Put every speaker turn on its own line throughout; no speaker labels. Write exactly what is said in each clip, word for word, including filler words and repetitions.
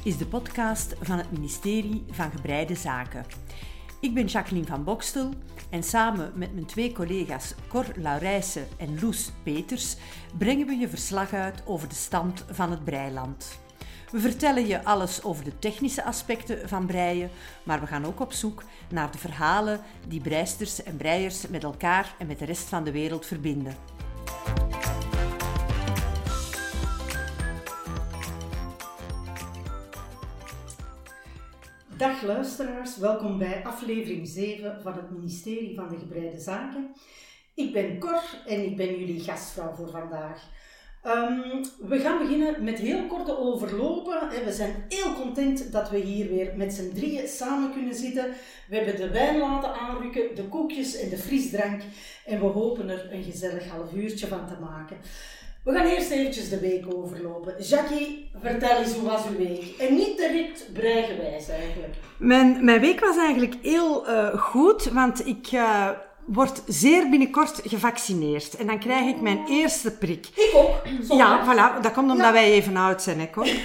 is de podcast van het ministerie van Gebreide Zaken. Ik ben Jacqueline van Bokstel en samen met mijn twee collega's Cor Laurijsen en Loes Peters brengen we je verslag uit over de stand van het breiland. We vertellen je alles over de technische aspecten van breien, maar we gaan ook op zoek naar de verhalen die breisters en breiers met elkaar en met de rest van de wereld verbinden.
Dag luisteraars, welkom bij aflevering zeven van het ministerie van de Gebreide Zaken. Ik ben Cor en ik ben jullie gastvrouw voor vandaag. Um, we gaan beginnen met heel korte overlopen. We zijn heel content dat we hier weer met z'n drieën samen kunnen zitten. We hebben de wijn laten aanrukken, de koekjes en de frisdrank. En we hopen er een gezellig half uurtje van te maken. We gaan eerst eventjes de week overlopen. Jackie, vertel eens, hoe was uw week? En niet direct breigewijs eigenlijk.
Mijn, mijn week was eigenlijk heel uh, goed, want ik... Uh... word zeer binnenkort gevaccineerd. En dan krijg ik mijn eerste prik.
Ik ook.
Ja, voilà. Dat komt omdat ja. wij even oud zijn, hè, Cor.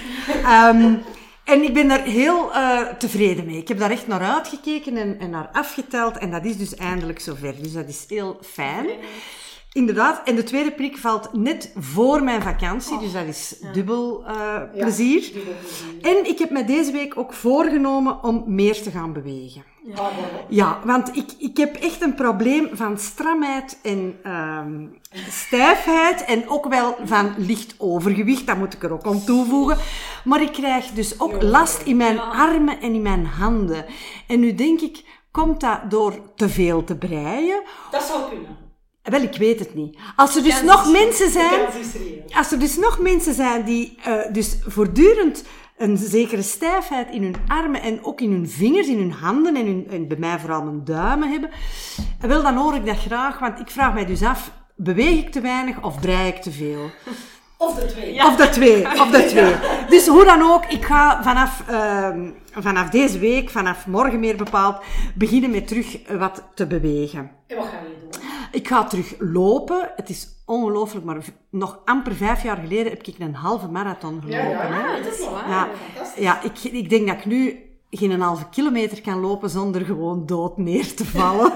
um, en ik ben daar heel uh, tevreden mee. Ik heb daar echt naar uitgekeken en, en naar afgeteld. En dat is dus eindelijk zover. Dus dat is heel fijn. Inderdaad. En de tweede prik valt net voor mijn vakantie. Oh, dus dat is ja. dubbel uh, plezier. Ja, dubbel plezier. En ik heb me deze week ook voorgenomen om meer te gaan bewegen. Ja, ja, want ik, ik heb echt een probleem van stramheid en um, stijfheid en ook wel van licht overgewicht, dat moet ik er ook aan toevoegen. Maar ik krijg dus ook last in mijn armen en in mijn handen. En nu denk ik, komt dat door te veel te breien?
Dat zou kunnen.
Wel, ik weet het niet. Als er dus nog mensen zijn, als er dus nog mensen zijn die uh, dus voortdurend een zekere stijfheid in hun armen en ook in hun vingers, in hun handen en, hun, en bij mij vooral mijn duimen hebben, wel, dan hoor ik dat graag, want ik vraag mij dus af, beweeg ik te weinig of brei ik te veel?
Of de twee.
Ja. Of de twee, of de twee. Dus hoe dan ook, ik ga vanaf, uh, vanaf deze week, vanaf morgen meer bepaald, beginnen met terug wat te bewegen.
En wat ga je doen?
Ik ga terug lopen. Het is ongelooflijk, maar nog amper vijf jaar geleden heb ik een halve marathon gelopen.
Ja, ja,
hè?
dat is waar.
Ja, ja ik, ik denk dat ik nu geen halve kilometer kan lopen zonder gewoon dood neer te vallen.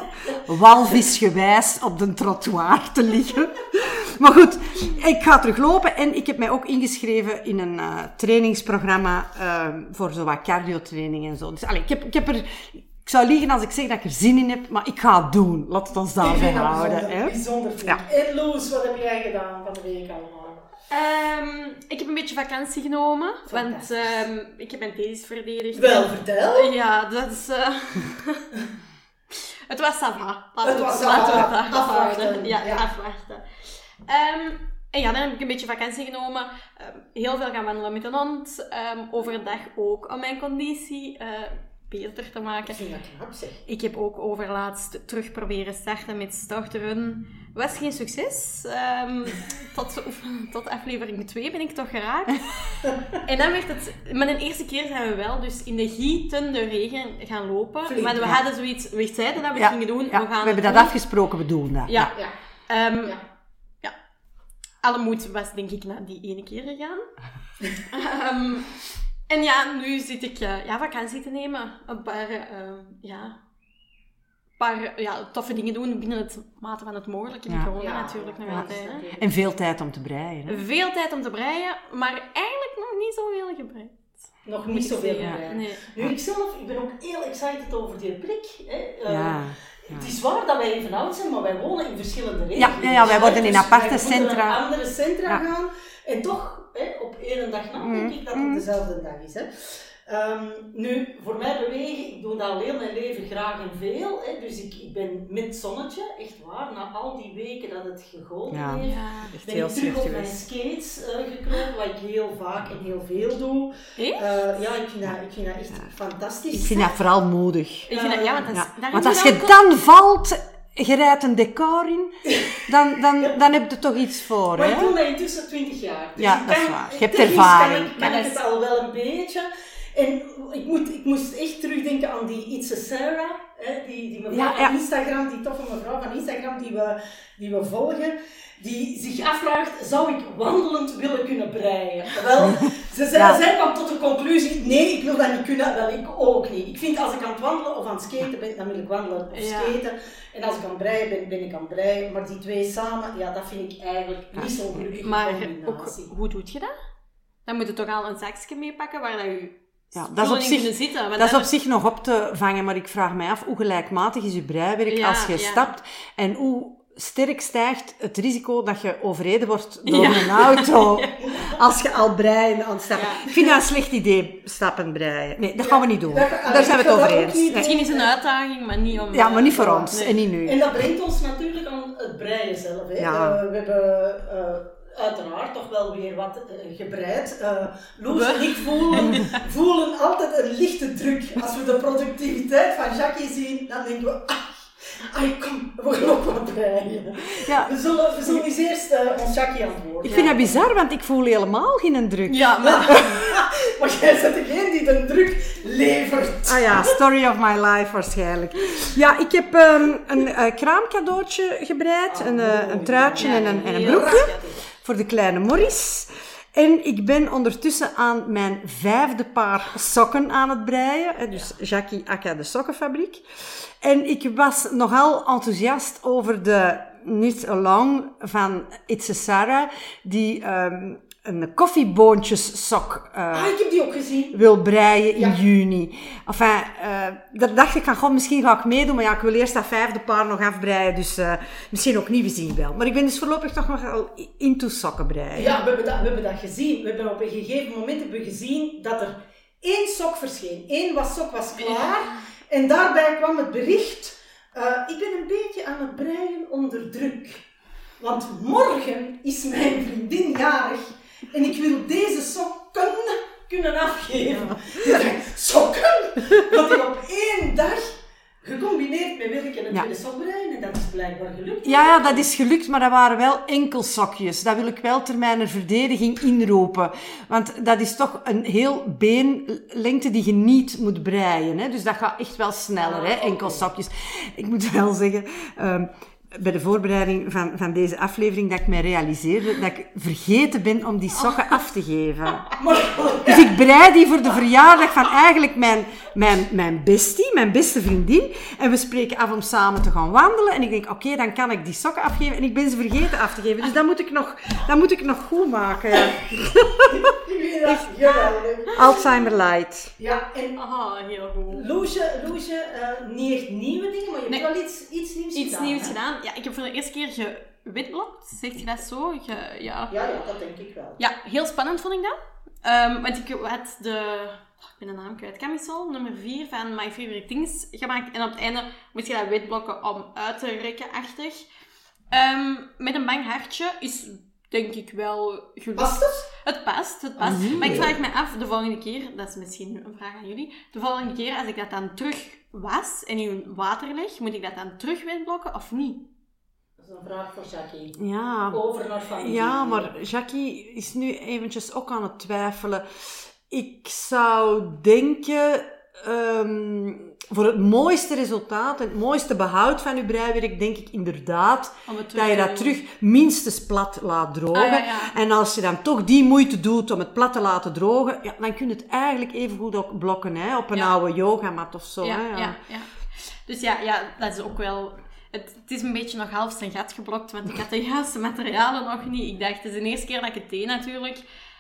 Walvisgewijs op de trottoir te liggen. Maar goed, ik ga teruglopen en ik heb mij ook ingeschreven in een uh, trainingsprogramma uh, voor zo wat cardio-training en zo. Dus allee, ik, heb, ik heb er... Ik zou liegen als ik zeg dat ik er zin in heb, maar ik ga het doen. Laat het ons daarbij houden.
Bijzonder,
hè?
bijzonder ja. En Loes, wat heb jij gedaan van de week allemaal?
Um, ik heb een beetje vakantie genomen, want um, ik heb mijn thesis verdedigd.
Wel, vertel.
Ja, dat is... Uh... het was ça va.
Het was ça va.
Afwachten. Ja, ja, afwachten. Um, en ja, dan heb ik een beetje vakantie genomen. Um, heel veel gaan wandelen met een hond. Um, overdag ook om mijn conditie... Uh, beter te maken.
Ik vind dat knap, zeg.
Ik heb ook overlaatst terug proberen starten met startrun. Was geen succes. Um, tot, tot aflevering twee ben ik toch geraakt. En dan werd het... Maar de eerste keer zijn we wel dus in de gietende regen gaan lopen. Flink, maar we ja. hadden zoiets... We zeiden dat we
ja,
het gingen doen.
Ja,
we, gaan
we hebben dat
doen.
afgesproken, we doen dat.
Ja. ja. Um,
ja.
ja. Alle moed was denk ik na die ene keer gegaan. um, En ja, nu zit ik uh, ja, vakantie te nemen. Een paar, uh, ja, paar ja, toffe dingen doen binnen het mate van het mogelijke. Ja. Corona ja, natuurlijk nog
ja.
altijd. Hè.
En veel tijd om te breien. Hè?
Veel tijd om te breien, maar eigenlijk nog niet zoveel gebreid.
Nog niet zoveel gebreid.
Nee.
Nu, ik zelf, ik ben ook heel excited over die prik. Hè. Uh,
ja. Ja.
Het is waar dat wij even oud zijn, maar wij wonen in verschillende regio's.
Ja, ja, ja wij worden in
dus
aparte
wij
centra.
naar andere centra
ja.
gaan. En toch, hè, op één dag na, denk ik dat het dezelfde dag is. Hè. Um, nu, voor mij bewegen, ik doe dat al heel mijn leven graag en veel. Hè, dus ik, ik ben met zonnetje, echt waar, na al die weken dat het gegolden
ja,
heeft,
ja,
ben ik terug op mijn skates uh, gekropen, wat ik heel vaak en heel veel doe. Uh, ja, ik vind, dat, ik vind dat echt ja. fantastisch.
Ik vind dat vooral moedig.
Ik vind dat, ja, want, dat is,
ja. want als je dan valt... Je rijdt een decor in, dan, dan, ja. dan heb je toch iets voor.
Maar
hè?
ik doe dat intussen twintig jaar. Dus
ja,
ik
dat
kan,
is waar. Je hebt ervaring.
Kan, ik, kan ik het al wel een beetje. En ik, moet, ik moest echt terugdenken aan die It's a Sarah, hè, die, die mevrouw
Ja,
van
ja.
Instagram, die toffe mevrouw van Instagram die we, die we volgen, die zich afvraagt, zou ik wandelend willen kunnen breien? Wel, ze zei,
Ja.
zij kwam tot de conclusie, nee, ik wil dat niet kunnen, wel ik ook niet. Ik vind als ik aan het wandelen of aan het skaten ben, dan wil ik wandelen of
Ja.
skaten. En als ik aan het breien ben, ben ik aan het breien. Maar die twee samen, ja, dat vind ik eigenlijk niet zo'n gelukkige
Maar ook,
combinatie.
hoe doe je dat? Dan moet je toch al een zakje meepakken waar dat je
Ja, dat is op
in
zich,
kunnen zitten. want
dat is
dan-
op zich nog op te vangen, maar ik vraag mij af hoe gelijkmatig is je breiwerk
Ja,
als je
ja.
stapt en hoe sterk stijgt het risico dat je overreden wordt door
Ja.
een auto als je al breien aan het stappen.
Ja.
Ik vind dat een slecht idee, stappen breien. Nee, dat gaan we niet doen.
Dat-
Daar zijn we
ik ga
het over
dat ook
eens.
niet
Nee.
Misschien is het een uitdaging, maar niet om...
Ja, maar niet voor
eh,
ons
nee.
en niet nu.
En dat brengt ons natuurlijk aan het breien zelf. Hè.
Ja.
Uh, we hebben uh, uiteraard toch wel weer wat uh, gebreid. Uh, Loes
We?
en ik voelen, voelen altijd een lichte druk. Als we de productiviteit van Jackie zien, dan denken we... Ah, ai, kom, we gaan ook wat breien.
Ja.
We zullen, we zullen eens eerst uh, ons Jackie antwoorden.
Ik vind dat bizar, want ik voel helemaal geen druk.
Ja, maar...
Maar jij bent degene die de druk levert.
Ah ja, story of my life waarschijnlijk. Ja, ik heb um, een uh, kraamcadeautje gebreid, een, uh, een truitje en een, en een broekje voor de kleine Maurice. En ik ben ondertussen aan mijn vijfde paar sokken aan het breien. Dus Jackie Akka, de sokkenfabriek. En ik was nogal enthousiast over de Knit Along van It's a Sarah, die um, een koffieboontjessok uh,
Ah, ik heb die ook gezien.
wil breien in
Ja.
juni. Enfin, uh, daar dacht ik van, goh, misschien ga ik meedoen, maar ja, ik wil eerst dat vijfde paar nog afbreien, dus uh, misschien ook niet, we zien wel. Maar ik ben dus voorlopig toch nog wel into sokken breien.
Ja, we hebben, dat, we hebben dat gezien. We hebben op een gegeven moment hebben we gezien dat er één sok verscheen. Eén was sok was klaar. En daarbij kwam het bericht, uh, ik ben een beetje aan het breien onder druk. Want morgen is mijn vriendin jarig en ik wil deze sokken kunnen afgeven. Ja, sokken? Want ik op één dag gecombineerd met werk en een
Ja.
tweede sok breien en dat is blijkbaar gelukt.
Ja, ja, dat is gelukt, maar dat waren wel enkel sokjes. Dat wil ik wel ter mijn verdediging inroepen. Want dat is toch een heel beenlengte die je niet moet breien. Hè? Dus dat gaat echt wel sneller, hè? enkel sokjes. Ik moet wel zeggen... Um, bij de voorbereiding van, van deze aflevering dat ik mij realiseerde dat ik vergeten ben om die sokken af te geven. Dus ik brei die voor de verjaardag van eigenlijk mijn, mijn, mijn bestie, mijn beste vriendin. En we spreken af om samen te gaan wandelen. En ik denk, oké, okay, dan kan ik die sokken afgeven. En ik ben ze vergeten af te geven. Dus dat moet ik nog, dat moet ik nog goed maken. Ja.
Echt geweldig.
Alzheimer light.
Ja, en
Ah, heel goed.
Loesje, Loesje uh, niet echt nieuwe dingen, maar je hebt
Nee.
wel iets, iets nieuws
Iets
gedaan.
nieuws
hè?
gedaan. Ja, ik heb voor de eerste keer gewitblokt. Zegt je dat zo? Ge, ja.
Ja, ja, dat denk ik wel.
Ja, heel spannend vond ik dat. Um, want ik had de... Oh, ik ben de naam kwijt. Camisole, nummer vier van My Favorite Things gemaakt. En op het einde moest je dat witblokken om uit te rekken achter. Um, met een bang hartje is denk ik wel gelukt.
Past het?
Het past, het past.
Mm-hmm.
Maar ik vraag me af, de volgende keer, dat is misschien een vraag aan jullie, de volgende keer als ik dat dan terug was en in water leg, moet ik dat dan terug witblokken of niet?
Dat is een vraag voor Jackie.
Ja.
Over naar familie.
Ja, maar Jackie is nu eventjes ook aan het twijfelen. Ik zou denken, um, voor het mooiste resultaat, het mooiste behoud van uw breiwerk, denk ik inderdaad
Om het
dat je dat terug minstens plat laat drogen.
Ah, ja, ja.
En als je dan toch die moeite doet om het plat te laten drogen, ja, dan kun je het eigenlijk even goed ook blokken, hè, op een
Ja.
oude yogamat of zo.
Ja,
hè, ja.
ja, ja. Dus ja, ja, dat is ook wel... Het, het is een beetje nog half zijn gat geblokt, want ik had de juiste materialen nog niet. Ik dacht, het is de eerste keer dat ik het deed natuurlijk.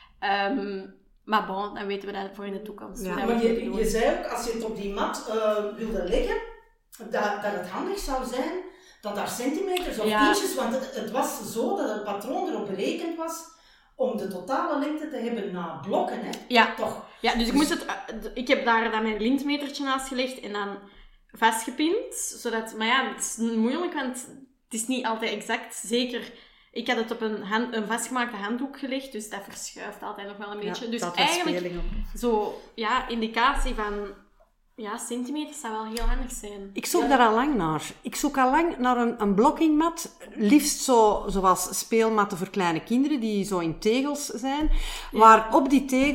Um, maar bon, dan weten we dat voor in de toekomst.
Ja.
hoe dat
Maar
we het
je,
doen.
je zei ook, als je het op die mat uh, wilde leggen, dat, dat het handig zou zijn dat daar centimeters of
Ja.
inches, want het, het was zo dat het patroon erop berekend was om de totale lengte te hebben na blokken, hè?
Ja.
Toch?
Ja, dus ik moest het... Ik heb daar dan mijn lintmetertje naast gelegd en dan vastgepind, zodat... Maar ja, het is moeilijk, want het is niet altijd exact. Zeker, ik had het op een, hand, een vastgemaakte handdoek gelegd, dus dat verschuift altijd nog wel een beetje.
Ja,
dus
dat was
eigenlijk,
speling op.
zo, ja, indicatie van... Ja, centimeters zou wel heel handig zijn.
Ik zoek daar al lang naar. Ik zoek al lang naar een, een blokkingmat. Liefst zo, zoals speelmatten voor kleine kinderen, die zo in tegels zijn. Ja. Waar op die tegels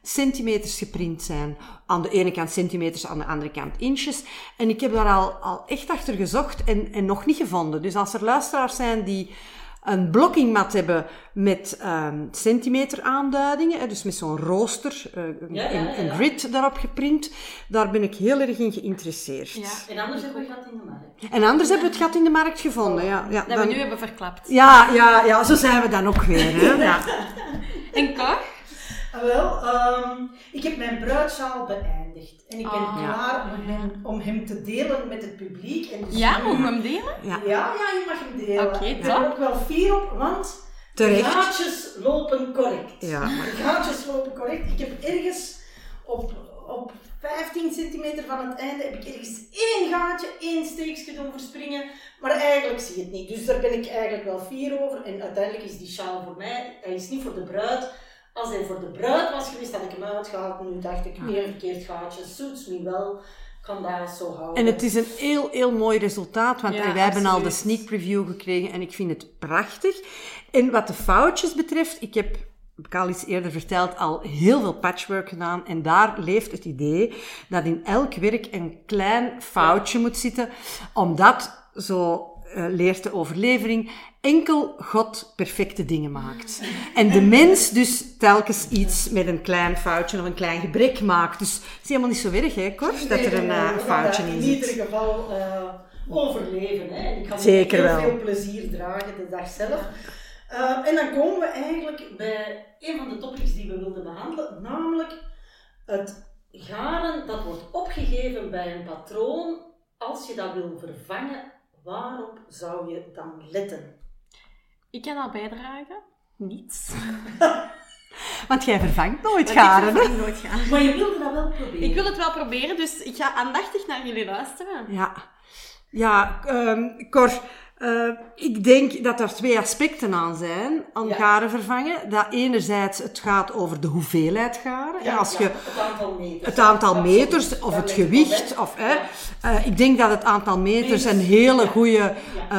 centimeters geprint zijn. Aan de ene kant centimeters, aan de andere kant inches. En ik heb daar al, al echt achter gezocht en, en nog niet gevonden. Dus als er luisteraars zijn die een blockingmat hebben met um, centimeter aanduidingen, hè, dus met zo'n rooster, uh,
Ja, ja,
een,
ja, ja.
een grid daarop geprint, daar ben ik heel erg in geïnteresseerd.
Ja.
En anders hebben we gat in de markt.
En anders hebben we het gat in de markt gevonden. Ja, ja,
Dat
dan-
we nu hebben verklapt.
ja, ja, ja, zo zijn we dan ook weer. Hè? Ja.
En Cor?
Ah, wel, ehm, ik heb mijn bruidszaal beëindigd. En ik ben
Oh.
klaar om hem, om hem te delen met het publiek. En dus
Ja,
nu-
mogen we hem delen?
Ja.
Ja, ja, je mag hem delen.
Oké,
ik ben er
top.
ook wel fier op, want de
Terecht.
gaatjes lopen correct.
Ja.
De gaatjes lopen correct. Ik heb ergens op, op vijftien centimeter van het einde heb ik ergens één gaatje, één steekje doen verspringen. Maar eigenlijk zie je het niet. Dus daar ben ik eigenlijk wel fier over. En uiteindelijk is die sjaal voor mij, hij is niet voor de bruid. Als hij voor de bruid was geweest, had ik hem uitgehaald. Nu dacht ik, één verkeerd gaatje, suits me wel. Ik kan dat zo houden.
En het is een heel, heel mooi resultaat, want
Ja,
wij hebben al de
absoluut.
sneak preview gekregen en ik vind het prachtig. En wat de foutjes betreft, ik heb, heb ik al iets eerder verteld, al heel veel patchwork gedaan en daar leeft het idee dat in elk werk een klein foutje moet zitten, omdat, zo uh, leert de overlevering, enkel God perfecte dingen maakt. En de mens dus telkens iets met een klein foutje of een klein gebrek maakt. Dus het is helemaal niet zo erg, hè, Cor, dat er een uh,
Nee, we gaan
foutje
dat
in
in ieder
zit.
geval uh, overleven. Hè. En ik ga
Zeker
heel
wel.
veel plezier dragen de dag zelf. Uh, en dan komen we eigenlijk bij een van de topics die we wilden behandelen, namelijk het garen dat wordt opgegeven bij een patroon. Als je dat wil vervangen, waarop zou je dan letten?
Ik kan al bijdragen. Niets.
Want jij vervangt nooit
Want
garen,
ik
hè?
vervang nooit garen.
Maar je wilde dat wel proberen.
Ik wil het wel proberen, dus ik ga aandachtig naar jullie luisteren.
Ja, ja um, Cor, uh, ik denk dat er twee aspecten aan zijn, aan
Ja.
garen vervangen. Dat enerzijds, het gaat over de hoeveelheid garen.
Ja,
Als
ja,
je
het aantal meters.
het aantal
Absoluut.
meters of
Daar
het
ligt het
gewicht,
op, hè.
of, hè,
Ja.
uh, ik denk dat het aantal meters een hele goede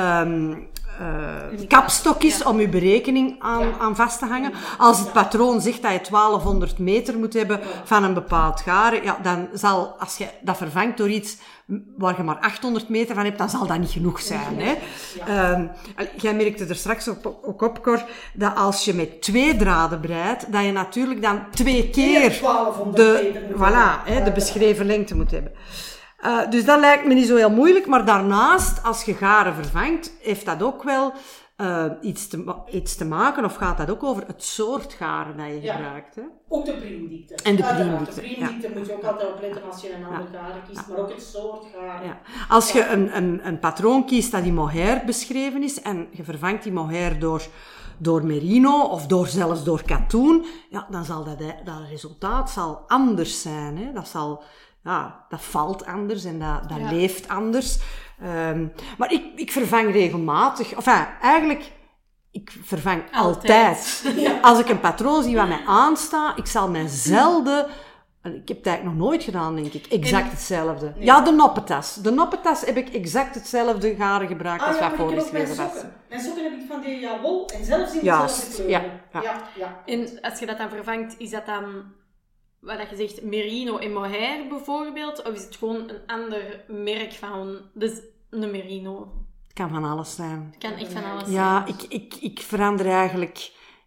um, uh, kapstok is
Ja.
om je berekening aan,
Ja.
aan vast te hangen. Als het patroon zegt dat je twaalfhonderd meter moet hebben van een bepaald garen, ja, dan zal, als je dat vervangt door iets waar je maar achthonderd meter van hebt, dan zal dat niet genoeg zijn. Hè? Um, jij merkte er straks ook, ook op, Cor, dat als je met twee draden breidt, dat je natuurlijk dan twee keer
twaalfhonderd
de,
meter moet
voilà,
hebben.
hè, de beschreven lengte moet hebben. Uh, dus dat lijkt me niet zo heel moeilijk, maar daarnaast, als je garen vervangt, heeft dat ook wel uh, iets, te, ma- iets te maken, of gaat dat ook over het soort garen dat je
Ja.
gebruikt. Hè?
Ook de priemdikte.
En de
Uiteraard,
priemdikte,
De priemdikte moet je ook altijd opletten als je een ander garen kiest, maar ook het soort garen.
Ja. Als je een, een, een patroon kiest dat in mohair beschreven is en je vervangt die mohair door, door merino of door, zelfs door katoen, ja, dan zal dat, dat resultaat zal anders zijn. Hè? Dat, zal, ja, dat valt anders en dat, dat
Ja.
leeft anders. Um, maar ik, ik vervang regelmatig, enfin, eigenlijk, ik vervang altijd.
Altijd.
Als ik een patroon zie wat mij aanstaat, ik zal mij zelden... Ik heb het eigenlijk nog nooit gedaan, denk ik. Exact
En-
hetzelfde.
Nee.
Ja, de noppetas. De noppetas heb ik exact hetzelfde garen gebruikt
Ah
als
ja,
wat
maar ik heb ook mijn
voorgeschreven was.
sokken. Mijn sokken heb ik van de ja, wol en zelfs in
Juist,
dezelfde kleuren.
ja, ja.
ja, ja.
En als je dat dan vervangt, is dat dan, wat dat je zegt, merino en mohair bijvoorbeeld? Of is het gewoon een ander merk van, dus een merino?
Het kan van alles zijn.
Het kan echt van alles
Ja,
zijn.
ik, ik, ik verander eigenlijk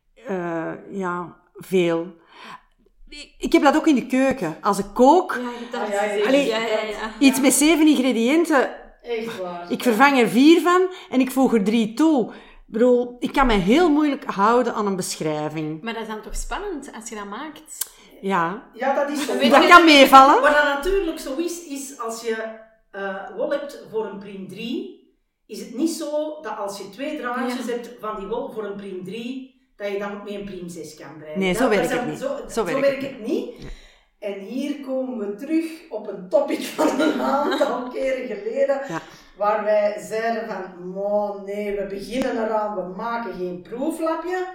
uh, ja, veel. Ik, ik heb dat ook in de keuken. Als ik kook,
Ja, je hebt dat
Ah, ja, ja,
gezegd.
Allee,
ja, ja, ja.
iets met zeven ingrediënten,
Echt waar.
ik vervang er vier van en ik voeg er drie toe. Ik bedoel, ik kan me heel moeilijk houden aan een beschrijving.
Maar dat is dan toch spannend als je dat maakt?
Ja,
Ja, dat is zo.
Weet
dat
je-
kan meevallen.
Wat dat natuurlijk zo is, is als je uh, wol hebt voor een priem drie, is het niet zo dat als je twee draadjes
Ja.
hebt van die wol voor een priem drie, dat je dan ook met een priem zes kan breiden.
Nee, zo
Dat-
werkt
dat
het
is-
niet.
Zo,
Zo
zo
werkt
werkt het niet. En hier komen we terug op een topic van een aantal keren geleden,
Ja.
waar wij zeiden van, oh nee, we beginnen eraan, we maken geen proeflapje.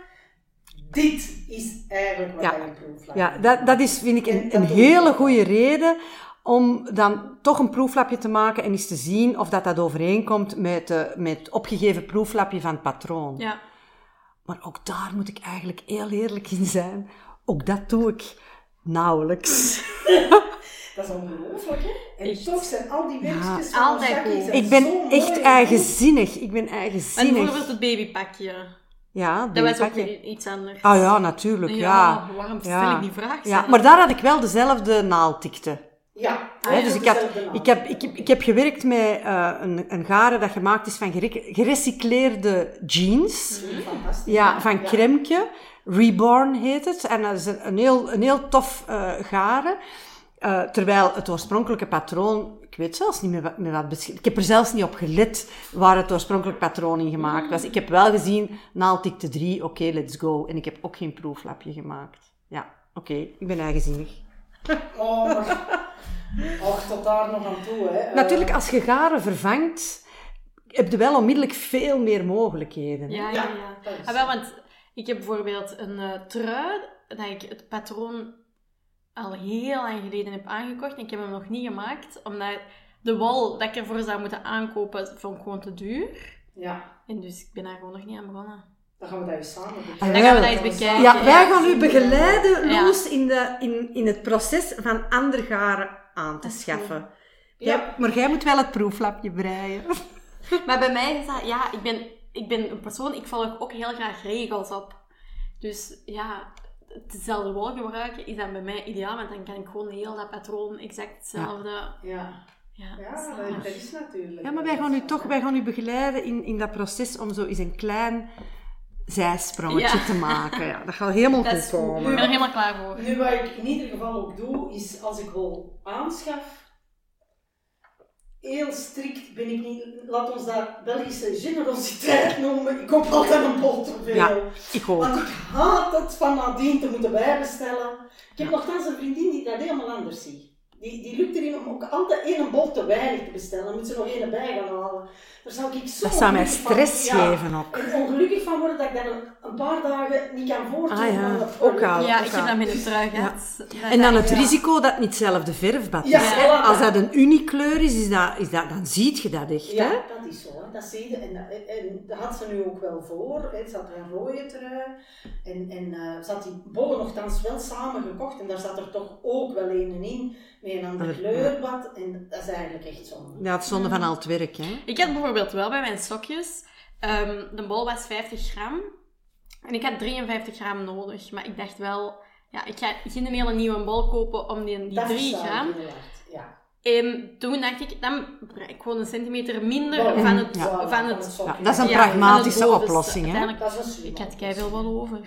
Dit is eigenlijk wat
Ja.
wij een proeflapje
Ja, dat, dat is, vind ik,
En
een,
dat
een
doen we.
hele goede reden om dan toch een proeflapje te maken en eens te zien of dat, dat overeenkomt met, de, met het opgegeven proeflapje van het patroon.
Ja.
Maar ook daar moet ik eigenlijk heel eerlijk in zijn. Ook dat doe ik Nauwelijks.
Dat is ongelooflijk, hè? En
Echt.
toch zijn al die werkjes
Ja.
van
Altijd
Jackie
goed.
zijn
Ik ben
zo
echt
mooi.
eigenzinnig. Ik ben
En
eigenzinnig.
bijvoorbeeld het babypakje.
Ja,
Dat was ook
babypakje.
weer iets anders.
Ah ja, natuurlijk, ja.
Waarom stel
Ja.
ik die vraag?
Ja,
zeg?
maar daar had ik wel dezelfde naaldikte.
Ja.
Hè, dus ik, had,
dezelfde naam.
ik, heb, ik, heb, ik heb gewerkt met uh, een, een garen dat gemaakt is van gere- gerecycleerde jeans.
Mm, fantastisch.
Ja, van Kremke. Reborn heet het. En dat is een, een, heel, een heel tof uh, garen. Uh, terwijl het oorspronkelijke patroon... Ik weet zelfs niet meer wat, meer wat beschreven. Ik heb er zelfs niet op gelet waar het oorspronkelijk patroon in gemaakt was. Ik heb wel gezien, naaldikte drie, oké, okay, let's go. En ik heb ook geen proeflapje gemaakt. Ja, oké, okay, ik ben eigenzinnig.
Oh, maar... Och, tot daar nog aan toe, hè. Uh,
Natuurlijk, als je garen vervangt, heb je wel onmiddellijk veel meer mogelijkheden. Hè?
Ja, ja,
Ja,
ja.
dat is-
Ah, wel, want ik heb bijvoorbeeld een uh, trui dat ik het patroon al heel lang geleden heb aangekocht en ik heb hem nog niet gemaakt, omdat de wol dat ik ervoor zou moeten aankopen, vond ik gewoon te duur.
Ja,
En dus ik ben daar gewoon nog niet aan begonnen.
dan gaan we dat eens samen bekijken.
Ah,
Dan gaan we
wel.
dat eens bekijken.
Ja, wij
Ja.
gaan u begeleiden,
Ja.
Loes, in, de, in, in het proces van ander garen aan te
Dat is
schaffen.
Ja.
Ja, maar jij moet wel het proeflapje breien.
Maar bij mij is dat, ja, ik ben, ik ben een persoon, ik volg ook heel graag regels op. Dus ja, hetzelfde wol gebruiken is dan bij mij ideaal, want dan kan ik gewoon heel dat patroon exact hetzelfde.
Ja,
Ja,
ja
dat is
dat,
waar.
dat is natuurlijk.
Ja, maar wij gaan u toch wij gaan u begeleiden in, in dat proces om zo eens een klein zijsprongetje
Ja.
te maken. Ja, dat gaat helemaal
Dat
goed
is goed. Ik
komen.
ben er helemaal klaar voor.
Nu, wat ik in ieder geval ook doe, is als ik wol aanschaf, heel strikt ben ik niet, laat ons dat Belgische generositeit noemen, ik koop altijd een bol te veel.
Ja, ik ook.
Want ik haat het van nadien te moeten bijbestellen. Ik heb nogthans een vriendin die dat helemaal anders ziet. Die, die lukt erin om ook altijd één bol te weinig te bestellen. Dan moet ze nog één bij gaan halen. Daar zou ik zo
Dat zou mij
ongelukkig
stress
van, ja,
geven ook.
en ongelukkig van worden dat ik daar een, een paar dagen niet kan voortdoen.
Ah ja,
van het
ook
product.
al.
Ja,
ook
ik heb
al.
dat met een trui gehad. Dat
En dan
dat-
het
Ja.
risico dat het niet hetzelfde verfbad is.
Ja,
hè.
voilà.
Als dat een uniekleur is, is dat, is dat, dan ziet je dat echt.
Ja,
Hè?
dat is zo. Hè. Dat zie je. En, en, en dat had ze nu ook wel voor. Hè. Ze had een rode trui. En, en uh, ze had die bollen nogthans wel samen gekocht. En daar zat er toch ook wel een in. Met een ander
Ja.
kleurbad. En dat is eigenlijk echt zo.
Ja, het is zonde van al het werk. Hè?
Ik had bijvoorbeeld wel bij mijn sokjes, um, de bol was vijftig gram en ik had drieënvijftig gram nodig. Maar ik dacht wel, ja, ik ga geen hele nieuwe bol kopen om die, die
Dat
drie
versta ik
gram.
heel hard, ja.
En toen dacht ik, dan gebruik ik gewoon een centimeter minder
Voilà.
van het...
Ja.
Van het
sokje.
Ja, dat is een
ja, van
pragmatische
het bovenste.
oplossing. Hè?
Uiteindelijk,
Dat is een slimme
ik had
oplossing.
keiveel wel over.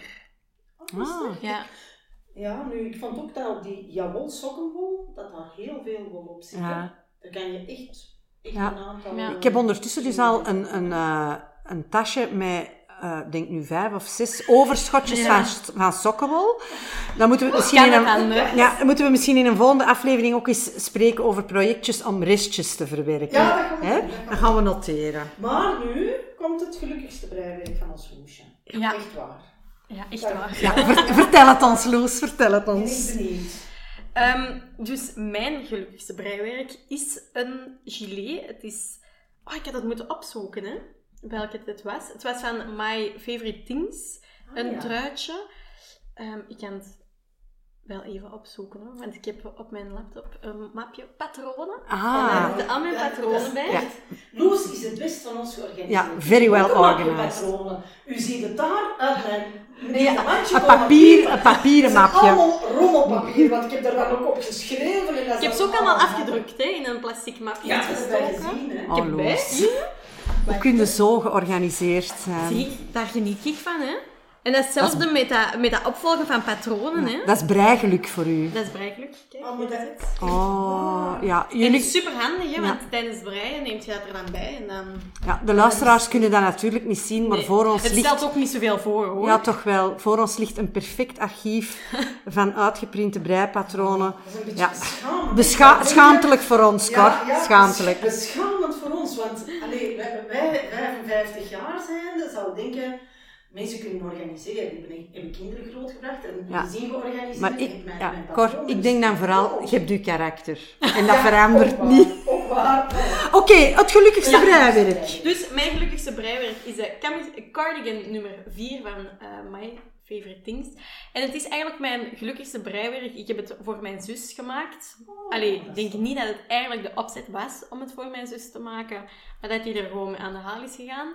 Ah.
Ja.
Ja, nu, ik vond ook dat op die Jawol sokkenbol, dat daar heel veel wol op zit. hè.
Ja.
Daar kan je echt, echt
Ja.
een aantal...
Ja.
eh,
Ik heb ondertussen dus al een, een, uh, een tasje met, uh, denk nu vijf of zes overschotjes
Ja.
van, van sokkenwol. Dan moeten we misschien
Kan
in
het
een,
anders?
ja, dan moeten we misschien in een volgende aflevering ook eens spreken over projectjes om restjes te verwerken.
Ja, dat gaan we
Hè?
doen, dat gaan we
Dat gaan we noteren.
Maar nu komt het gelukkigste breiwerk van ons Loesje.
Ja.
Echt waar.
Ja, echt waar.
Ja, ver- vertel het ons, Loes, vertel het
En ik
ons.
ben benieuwd.
Ehm, dus mijn gelukkigste breiwerk is een gilet. Het is... Oh, ik had het moeten opzoeken, hè. Welke het was. Het was van My Favorite Things.
Ah,
Een
ja.
truitje. Ehm, ik kan het wel even opzoeken, hoor. Want ik heb op mijn laptop een mapje patronen. En
Ah,
daar zitten al mijn
Dat- dat
patronen
is
bij.
Ja.
Loes is het best van ons georganiseerd.
Ja, very well
Ook een mapje
organized.
patronen. U ziet het daar uit mijn...
Ja,
mijn handje
een,
komen
papier,
piepen.
een papieren
Het is
mapje.
allemaal rommelpapier, want ik heb daar dan ook op geschreven. En dat
Ik heb
is
ze ook allemaal
allemaal-
afgedrukt, hè, in een plastic mapje
Ja, dat heb wij
gestoken.
gezien, hè.
Ik
Oh,
heb bij.
Loes. Hoe kun je zo georganiseerd zijn?
Zie, daar geniet ik van, hè. En dat is hetzelfde met, dat, met dat opvolgen van patronen, hè.
Dat is breigeluk voor u.
Dat is breigeluk. Kijk,
Oh, maar
hier
dat-
is het.
Oh, ja.
En
Jullie,
het is super handig, hè,
Ja.
want tijdens het breien neemt je dat er dan bij en dan...
ja, de luisteraars kunnen dat natuurlijk niet zien, maar
Nee,
voor ons
het
ligt...
stelt ook niet zoveel voor, hoor.
Ja, toch wel. Voor ons ligt een perfect archief van uitgeprinte breipatronen.
Dat is een beetje
Ja.
beschamend.
Bescha-
Dat
schaamtelijk voor ons, Cor.
Ja, ja,
Schaamtelijk.
bes- Beschamend voor ons, want allee, wij, wij vijfenvijftig jaar zijn, zou ik denken, mensen kunnen organiseren. Ik ben, heb ik kinderen grootgebracht en
Ja.
gezien georganiseerd.
Maar
heb
ik,
mijn,
ja,
mijn
Cor,
patroon,
ik
dus-
denk dan vooral,
Oh.
je hebt je karakter. En dat
Ja,
verandert
ook waar,
niet.
Ook waar.
Oké, het gelukkigste
Ja.
breiwerk.
Dus mijn gelukkigste breiwerk is de camis- cardigan nummer vier van uh, My favorite things. En het is eigenlijk mijn gelukkigste breiwerk. Ik heb het voor mijn zus gemaakt. Oh, Allee, ik denk niet dat het eigenlijk de opzet was om het voor mijn zus te maken, maar dat hij er gewoon mee aan de haal is gegaan.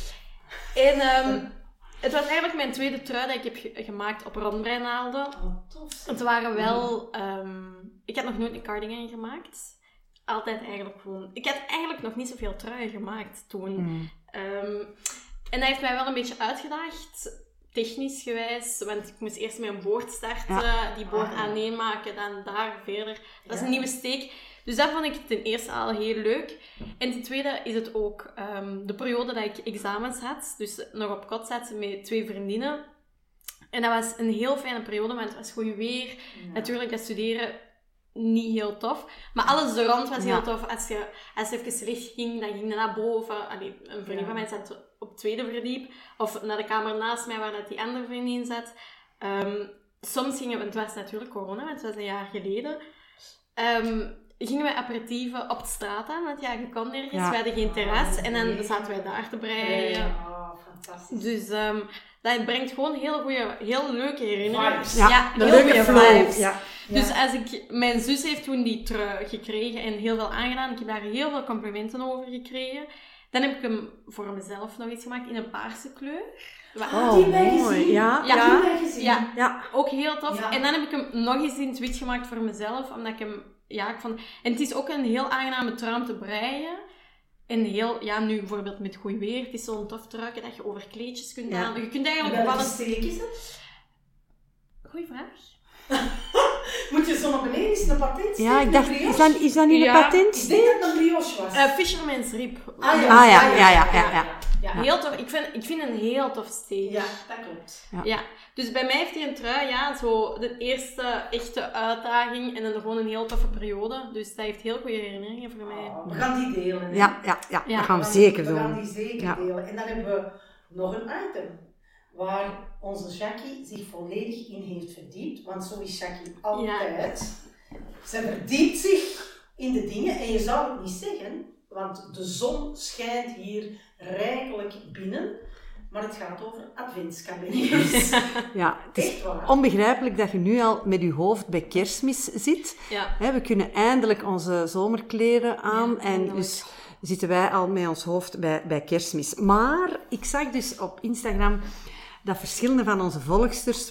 En um, het was eigenlijk mijn tweede trui dat ik heb ge- gemaakt op rondbreinaalden.
Oh, tof.
Het waren wel... Um, ik had nog nooit een cardigan gemaakt. Altijd eigenlijk gewoon... Ik had eigenlijk nog niet zoveel truien gemaakt toen. Mm. Um, en hij heeft mij wel een beetje uitgedaagd, technisch gewijs, want ik moest eerst met een boord starten, ja. die boord ah, ja. aaneen maken, dan daar verder. Dat is ja. een nieuwe steek. Dus dat vond ik ten eerste al heel leuk. En ten tweede is het ook um, de periode dat ik examens had, dus nog op kot zat met twee vriendinnen. En dat was een heel fijne periode, want het was goed weer. Ja. Natuurlijk, dat studeren niet heel tof. Maar alles er rond was heel ja. tof. Als je, als je even slecht ging, dan ging je naar boven. Allee, een vriendin ja. van mij zat op het tweede verdiep. Of naar de kamer naast mij, waar dat die andere vriendin zat. Um, soms gingen we... Het was natuurlijk corona, want het was een jaar geleden. Um, gingen we aperitieven op de straat aan. Want ja, je kon nergens. Ja. We hadden geen terras. En dan zaten wij daar te breien.
Oh, fantastisch.
Dus... Um, dat brengt gewoon heel goede, heel leuke herinneringen.
Vibes.
Ja, ja heel goede vibes.
Ja.
Dus als ik... Mijn zus heeft toen die trui gekregen en heel veel aangedaan. Ik heb daar heel veel complimenten over gekregen. Dan heb ik hem voor mezelf nog iets gemaakt in een paarse kleur.
Oh, die mooi. Gezien.
Ja,
ja.
ja.
Die gezien.
Ja.
ja.
Ook heel tof.
Ja.
En dan heb ik hem nog eens in het wit gemaakt voor mezelf. Omdat ik hem... Ja, ik vond... En het is ook een heel aangename trui om te breien. En heel, ja, nu bijvoorbeeld met goed weer, het is zo'n tof truiken dat je over kleedjes kunt
ja.
aan. Je kunt eigenlijk
welke
wel een...
steek is het?
Goeie vraag.
Moet je zo naar beneden, is het een patent?
Ja, ik dacht, is dat, is dat niet
ja.
een patent?
Ik denk dat het een brioche was.
Uh, Fisherman's Rib.
Ah ja,
ah, ja, ja, ja, ja, ja, ja.
ja. Heel tof. Ik vind, ik vind een heel tof steek.
Ja, dat klopt.
Ja. ja. Dus bij mij heeft hij een trui, ja, zo de eerste echte uitdaging en dan gewoon een heel toffe periode. Dus dat heeft heel goede herinneringen voor mij.
Oh, we gaan die delen. Hè?
Ja, ja, ja,
ja,
dat gaan we,
we
zeker
gaan,
doen.
We gaan die zeker ja. delen. En dan hebben we nog een item waar onze Jackie zich volledig in heeft verdiept. Want zo is Jackie altijd. Ja. Ze verdiept zich in de dingen en je zou het niet zeggen, want de zon schijnt hier rijkelijk binnen. Maar het gaat over adventskalenders.
Ja, het is onbegrijpelijk dat je nu al met je hoofd bij Kerstmis zit.
Ja.
He, we kunnen eindelijk onze zomerkleren aan ja, en dus zitten wij al met ons hoofd bij, bij Kerstmis. Maar ik zag dus op Instagram dat verschillende van onze volgsters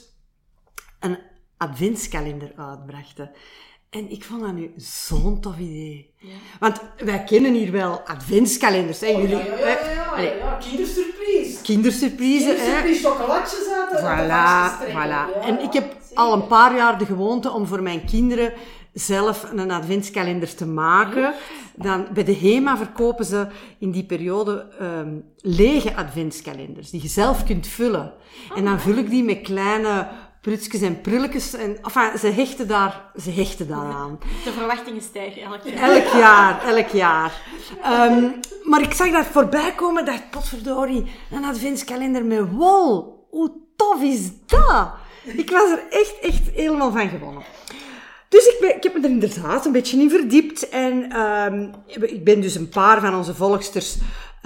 een adventskalender uitbrachten. En ik vond dat nu zo'n tof idee. Ja. Want wij kennen hier wel adventskalenders. Hè,
oh,
jullie,
ja, ja, ja, ja, ja, ja. Kindersurprise.
Kindersurprise.
Kindersurprise, chocolatjes uit de
Voilà, voilà. Ja, en ik heb zeker. al een paar jaar de gewoonte om voor mijn kinderen zelf een adventskalender te maken. Dan, bij de HEMA verkopen ze in die periode um, lege adventskalenders, die je zelf kunt vullen. Oh, en dan vul ik die met kleine prutsjes en prulletjes. En, enfin, ze hechten daar, ze hechten daar aan.
De verwachtingen stijgen elk jaar.
Elk jaar, elk jaar. Um, maar ik zag dat voorbij komen, dacht, potverdorie, een adventskalender met wol. Hoe tof is dat? Ik was er echt, echt helemaal van gewonnen. Dus ik, ben, ik heb me er inderdaad een beetje in verdiept. En um, ik ben dus een paar van onze volgsters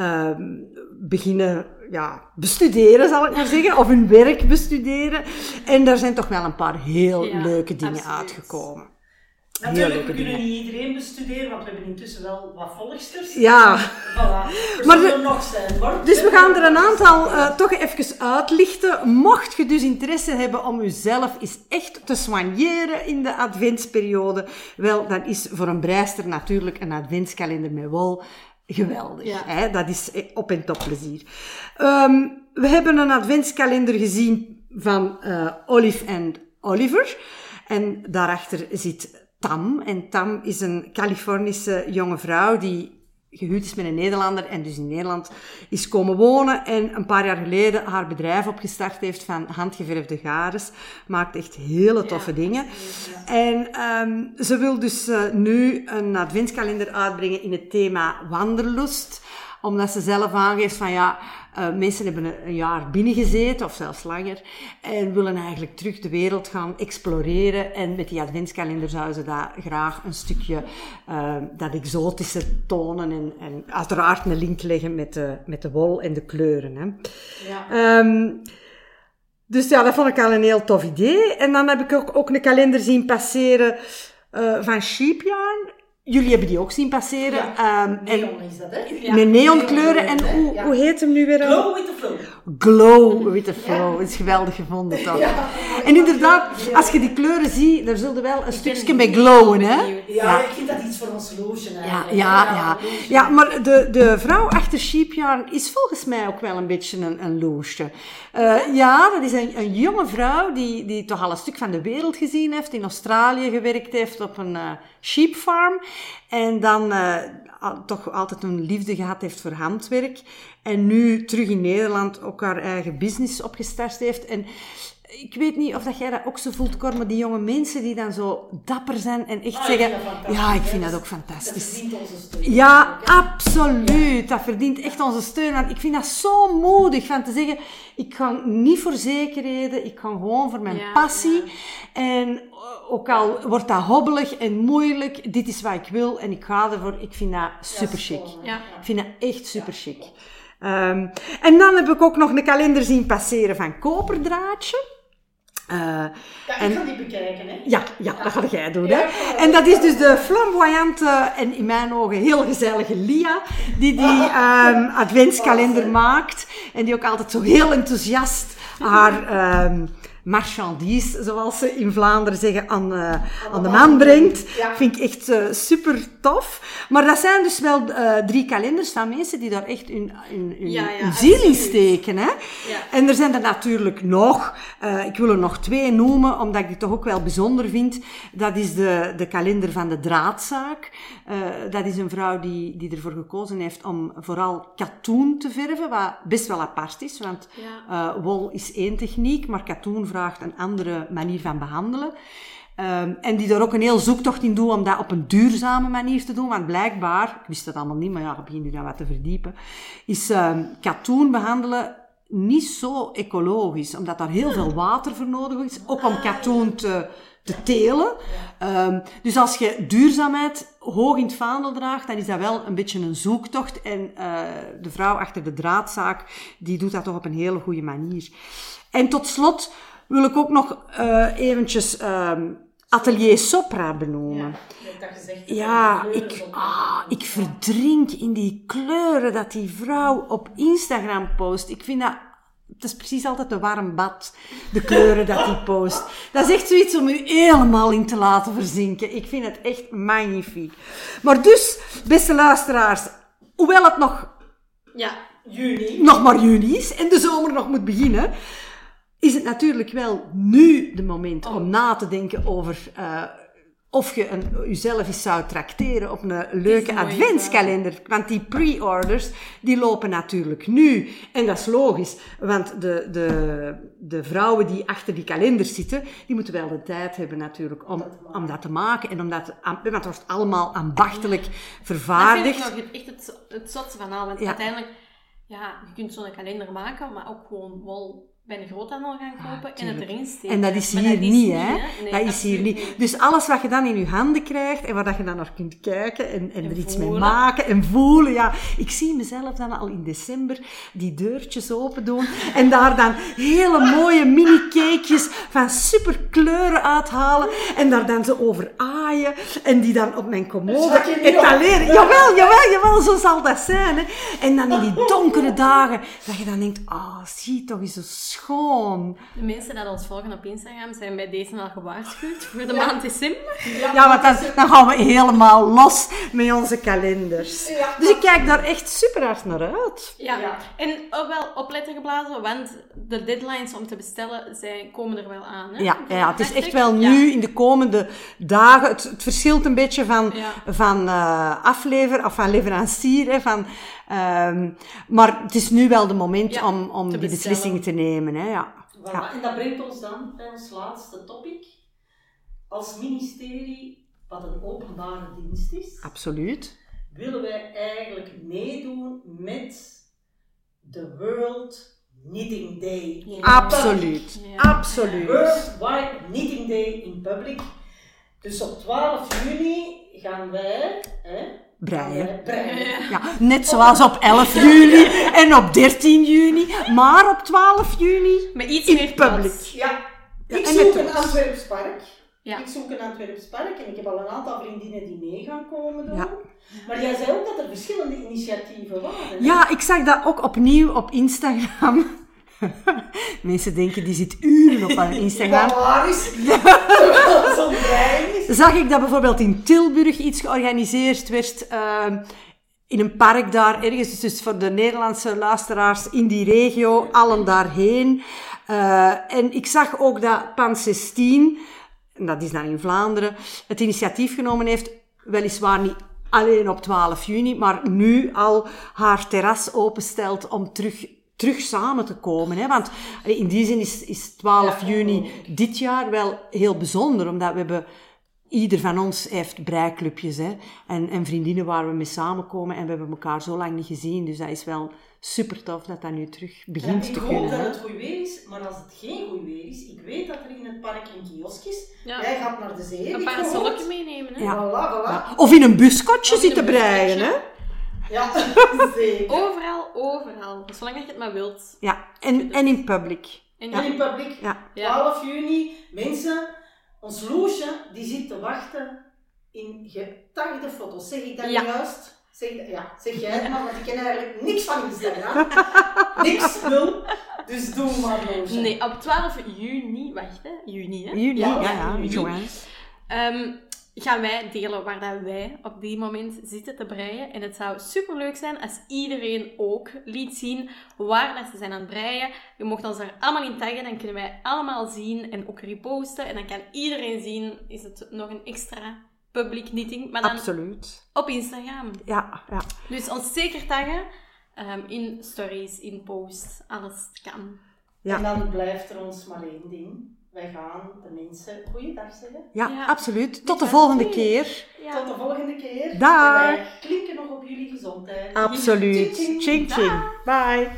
um, beginnen ja, bestuderen, zal ik maar zeggen. Of hun werk bestuderen. En daar zijn toch wel een paar heel ja, leuke dingen absoluut. uitgekomen.
Natuurlijk, we kunnen niet iedereen bestuderen, want we hebben intussen wel wat volgsters.
Ja.
Voilà. Maar er nog zijn. Hoor.
Dus we gaan er een aantal uh, toch even uitlichten. Mocht je dus interesse hebben om jezelf eens echt te soigneren in de adventsperiode, wel, dan is voor een breister natuurlijk een adventskalender met wol geweldig. Ja. Hè? Dat is op en top plezier. Um, we hebben een adventskalender gezien van uh, Olive and Oliver. En daarachter zit Tam. En Tam is een Californische jonge vrouw die gehuwd is met een Nederlander en dus in Nederland is komen wonen en een paar jaar geleden haar bedrijf opgestart heeft van handgeverfde garens. Maakt echt hele toffe ja, dingen. Ja. En um, ze wil dus uh, nu een adventskalender uitbrengen in het thema wanderlust. Omdat ze zelf aangeeft van ja, uh, mensen hebben een jaar binnengezeten of zelfs langer en willen eigenlijk terug de wereld gaan exploreren. En met die adventskalender zouden ze daar graag een stukje uh, dat exotische tonen en, en uiteraard een link leggen met de, met de wol en de kleuren. Hè.
Ja.
Um, Dus ja, dat vond ik al een heel tof idee. En dan heb ik ook, ook een kalender zien passeren uh, van Sheepyarn. Jullie hebben die ook zien passeren.
Ja,
um,
neon is dat, hè?
Ja. Met neonkleuren. En
hè?
hoe,
Ja.
hoe heet hem nu weer?
Glow with the flow.
Glow with the flow. Dat is geweldig gevonden, toch?
Ja.
En inderdaad, als je die kleuren ziet, daar zul je wel een stukje bij glowen, hè?
Ja, ja, ik vind dat iets voor ons lotion
Ja,
eigenlijk.
ja, ja. Ja, maar de, de vrouw achter Sheepyarn is volgens mij ook wel een beetje een, een loesje. Uh, ja, dat is een, een jonge vrouw die, die toch al een stuk van de wereld gezien heeft, in Australië gewerkt heeft op een uh, sheepfarm. En dan uh, toch altijd een liefde gehad heeft voor handwerk. En nu terug in Nederland ook haar eigen business opgestart heeft. En ik weet niet of dat jij dat ook zo voelt, Cor, maar die jonge mensen die dan zo dapper zijn en echt
Ah,
zeggen...
Ik
Ja, ik vind
dat
dat ook
Dat
fantastisch.
verdient onze steun.
Ja, absoluut. Dat verdient echt onze steun. Want ik vind dat zo moedig van te zeggen, ik ga niet voor zekerheden, ik ga gewoon voor mijn
Ja,
passie. En ook al wordt dat hobbelig en moeilijk, dit is wat ik wil en ik ga ervoor. Ik vind dat super chic.
Ja.
Ik vind dat echt super chic. Um, en dan heb ik ook nog een kalender zien passeren van Koperdraadje. Uh,
Ja, ik
en,
ga die bekijken, hè.
ja, ja, dat ga jij doen,
Ja,
hè.
ja,
En dat is dus de flamboyante en in mijn ogen heel gezellige Lia, die die um, adventskalender maakt. En die ook altijd zo heel enthousiast haar um, marchandise, zoals ze in Vlaanderen zeggen, aan, uh, aan de man brengt.
Ja.
Vind ik echt uh, super tof. Maar dat zijn dus wel uh, drie kalenders van mensen die daar echt hun, hun, hun,
Ja, ja,
hun ziel in
absoluut.
steken. Hè?
Ja.
En er zijn er natuurlijk nog. Uh, ik wil er nog twee noemen, omdat ik die toch ook wel bijzonder vind. Dat is de, de kalender van de draadzaak. Uh, dat is een vrouw die, die ervoor gekozen heeft om vooral katoen te verven, wat best wel apart is. Want
Ja.
uh, wol is één techniek, maar katoen vraagt een andere manier van behandelen. Um, en die er ook een heel zoektocht in doen om dat op een duurzame manier te doen. Want blijkbaar, ik wist dat allemaal niet, maar ja, ik begin nu dan wat te verdiepen, is um, katoen behandelen niet zo ecologisch. Omdat daar heel veel water voor nodig is, ook om katoen te, te telen. Um, dus als je duurzaamheid hoog in het vaandel draagt, dan is dat wel een beetje een zoektocht. En uh, de vrouw achter de draadzaak, die doet dat toch op een hele goede manier. En tot slot wil ik ook nog uh, eventjes um, Atelier Sopra benoemen.
Ja, je hebt dat gezegd.
Ja,
de kleuren
ik,
zo-
ah, ik verdrink in die kleuren dat die vrouw op Instagram post. Ik vind dat, het is precies altijd een warm bad, de kleuren dat die post. Dat is echt zoiets om u helemaal in te laten verzinken. Ik vind het echt magnifiek. Maar dus, beste luisteraars, hoewel het nog,
Ja.
Juni.
nog maar juni is en de zomer nog moet beginnen, is het natuurlijk wel nu de moment om na te denken over uh, of je een, jezelf eens zou trakteren op een leuke
een mooie
adventskalender. Want die pre-orders, die lopen natuurlijk nu. En dat is logisch, want de, de, de vrouwen die achter die kalenders zitten, die moeten wel de tijd hebben natuurlijk om, om dat te maken. En om dat, want het wordt allemaal ambachtelijk
Dat
vervaardigd.
vind ik nog echt het, het zotste van al. Want
Ja.
uiteindelijk, ja, je kunt zo'n kalender maken, maar ook gewoon wol bij de groothandel gaan kopen en het erin steken.
En dat is
Maar
hier
dat is
niet, hè?
Nee,
dat is hier
absoluut
niet. Dus alles wat je dan in je handen krijgt en waar dat je dan naar kunt kijken en, en,
En
er iets mee
voelen.
maken en voelen, ja. Ik zie mezelf dan al in december die deurtjes open doen en daar dan hele mooie mini-cakejes van super kleuren uithalen en daar dan zo over aaien en die dan op mijn commode
Zak je niet op?
etaleren. Jawel, jawel, jawel, zo zal dat zijn, hè. En dan in die donkere dagen, dat je dan denkt, ah, oh, zie toch eens zo schoon.
De mensen die ons volgen op Instagram zijn bij deze al gewaarschuwd voor de maand december.
Ja, want dan, dan gaan we helemaal los met onze kalenders.
Ja.
Dus ik kijk daar echt super hard naar uit.
Ja,
Ja.
en ook wel opletten geblazen, want de deadlines om te bestellen zijn, komen er wel aan. Hè?
Ja, ja, het is
Dacht
echt
ik.
wel
Ja.
nu in de komende dagen. Het, het verschilt een beetje van,
Ja.
van uh, aflever of van leverancier. Hè, van, um, maar het is nu wel de moment
Ja,
om, om
te
die
bestellen.
beslissingen te nemen. Hè, ja.
Voilà.
Ja.
En dat brengt ons dan bij ons laatste topic. Als ministerie, wat een openbare dienst is,
Absoluut.
willen wij eigenlijk meedoen met de World Knitting Day in public.
Absoluut.
Ja.
Absoluut.
Worldwide Knitting Day in public. Dus op twaalf juni gaan wij, hè,
breien.
breien.
Ja, net zoals op elf juli en op dertien juni, maar op twaalf juni
Met iets
in
meer
public.
plaats.
Ja,
Ja,
ik
en
zoek
met
een
trots.
Antwerps park.
Ja.
Ik zoek een Antwerps park en ik heb al een aantal vriendinnen die mee gaan komen doen.
Ja.
Maar jij zei ook dat er verschillende initiatieven waren. hè?
Ja, ik zag dat ook opnieuw op Instagram. Mensen denken, die zit uren op haar Instagram.
Wat waar is? Terwijl zo'n brein is.
Zag ik dat bijvoorbeeld in Tilburg iets georganiseerd werd, uh, in een park daar ergens, dus voor de Nederlandse luisteraars in die regio, allen daarheen. Uh, en ik zag ook dat Pan zestien, en dat is dan in Vlaanderen, het initiatief genomen heeft, weliswaar niet alleen op twaalf juni, maar nu al haar terras openstelt om terug, terug samen te komen. Hè? Want in die zin is, is twaalf juni dit jaar wel heel bijzonder, omdat we hebben... Ieder van ons heeft breiklubjes, hè, en, en vriendinnen waar we mee samenkomen en we hebben elkaar zo lang niet gezien, dus dat is wel super tof dat dat nu terug begint
Ja,
te
ik hoop
kunnen.
dat
Hè?
het goed weer is, maar als het geen goed weer is, ik weet dat er in het park een kiosk is.
Ja.
Jij gaat naar de zee.
Een
heb ik
parasolletje
gehoord.
meenemen, hè?
Ja.
Voilà, voilà.
Ja. Of in een buskotje
Of in
zitten
een
breien, hè?
buskotje.
Ja, zeker.
Overal, overal. Zolang dat je het maar wilt.
Ja, en, en in public.
En
En in public,
Ja.
twaalf juni, mensen, ons Loesje, die zit te wachten in getagde foto's. Zeg ik dat
Ja.
niet juist? Zeg, ja, zeg jij het maar, want ik ken eigenlijk niks van Instagram. Niks, nul. Dus doe maar, Loesje.
Nee, op twaalf juni, wacht hè, juni hè?
Juni, ja,
Ja,
ja,
juni.
Joanne.
Ehm, gaan wij delen waar dat wij op die moment zitten te breien. En het zou superleuk zijn als iedereen ook liet zien waar dat ze zijn aan het breien. Je mocht ons daar allemaal in taggen, dan kunnen wij allemaal zien en ook reposten. En dan kan iedereen zien, is het nog een extra public meeting, maar dan
Absoluut.
op Instagram.
Ja, ja.
Dus ons zeker taggen, um, in stories, in posts, alles kan.
Ja.
En dan blijft er ons maar één ding. Wij gaan de mensen goeiedag zeggen.
Ja,
Ja.
absoluut. Tot de
Ja,
volgende
nee.
keer.
Ja.
Tot de volgende keer.
Dag.
En wij klinken nog op jullie gezondheid.
Absoluut.
Tjing, tjing.
Ching, ching. Bye.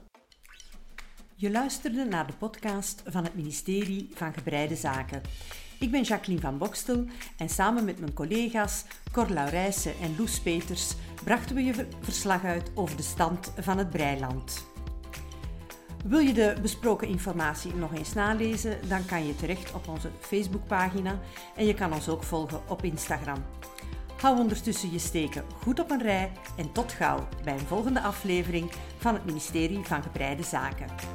Je luisterde naar de podcast van het ministerie van Gebreide Zaken. Ik ben Jacqueline van Bokstel en samen met mijn collega's Cor Laurijsen en Loes Peters brachten we je verslag uit over de stand van het breiland. Wil je de besproken informatie nog eens nalezen, dan kan je terecht op onze Facebookpagina en je kan ons ook volgen op Instagram. Hou ondertussen je steken goed op een rij en tot gauw bij een volgende aflevering van het ministerie van Gebreide Zaken.